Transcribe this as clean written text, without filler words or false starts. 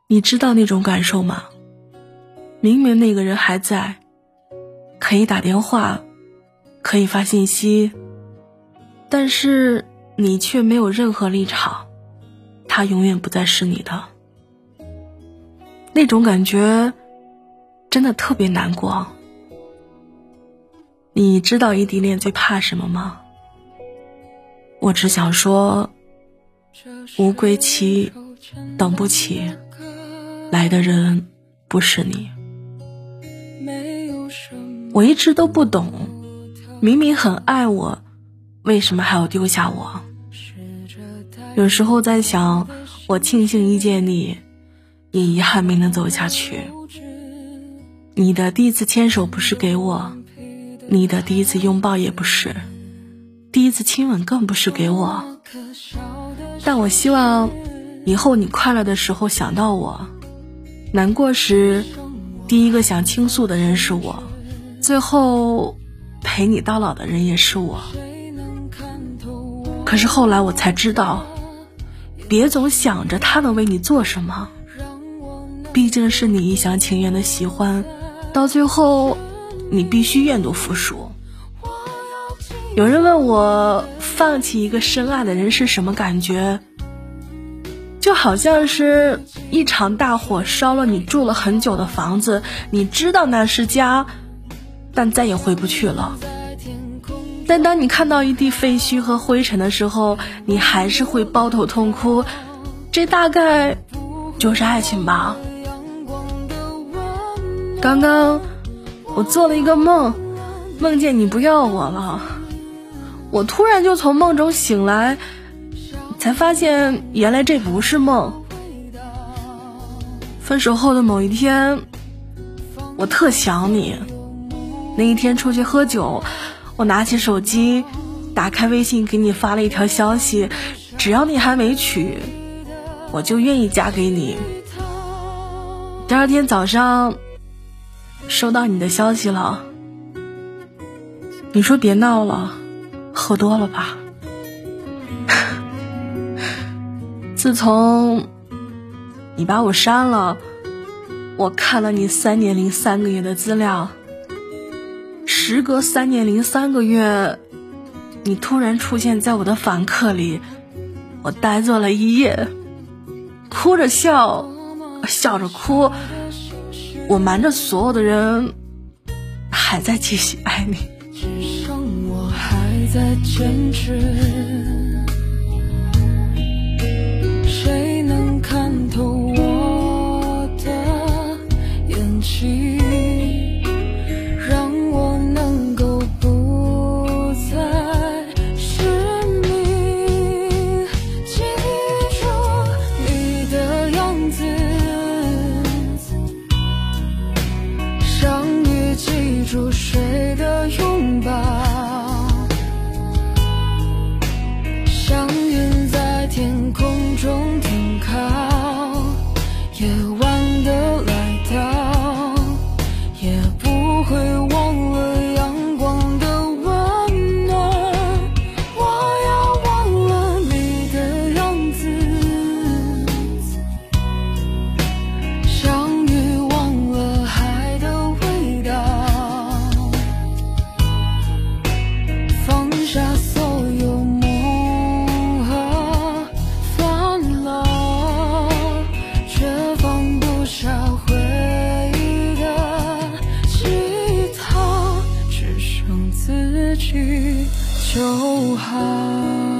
你知道那种感受吗？明明那个人还在，可以打电话，可以发信息，但是你却没有任何立场，他永远不再是你的。那种感觉真的特别难过。你知道异地恋最怕什么吗？我只想说，无归期，等不起，来的人不是你。我一直都不懂，明明很爱我，为什么还要丢下我？有时候在想，我庆幸遇见你，也遗憾没能走下去。你的第一次牵手不是给我，你的第一次拥抱也不是，第一次亲吻更不是给我。但我希望以后你快乐的时候想到我，难过时第一个想倾诉的人是我，最后陪你到老的人也是我。可是后来我才知道，别总想着他能为你做什么，毕竟是你一厢情愿的喜欢，到最后你必须愿赌服输。有人问我，放弃一个深爱的人是什么感觉？就好像是一场大火烧了你住了很久的房子，你知道那是家，但再也回不去了。但当你看到一地废墟和灰尘的时候，你还是会抱头痛哭。这大概就是爱情吧。刚刚我做了一个梦，梦见你不要我了，我突然就从梦中醒来，才发现原来这不是梦。分手后的某一天，我特想你。那一天出去喝酒，我拿起手机，打开微信给你发了一条消息，只要你还没娶，我就愿意嫁给你。第二天早上收到你的消息了，你说别闹了，喝多了吧。自从你把我删了，我看了你3年零3个月的资料，时隔3年零3个月，你突然出现在我的访客里，我呆坐了一夜，哭着笑，笑着哭，我瞒着所有的人，还在继续爱你。 只剩我还在坚持，谁能看透我的眼睛，让我能够不再失明。记住你的样子，相遇记住谁的拥抱，像云在天空中停靠，夜晚的来到，也不会忘了阳光的温暖。我要忘了你的样子，相遇忘了海的味道，放下所有梦和烦恼，却放不下回忆的吉他，只剩自己就好。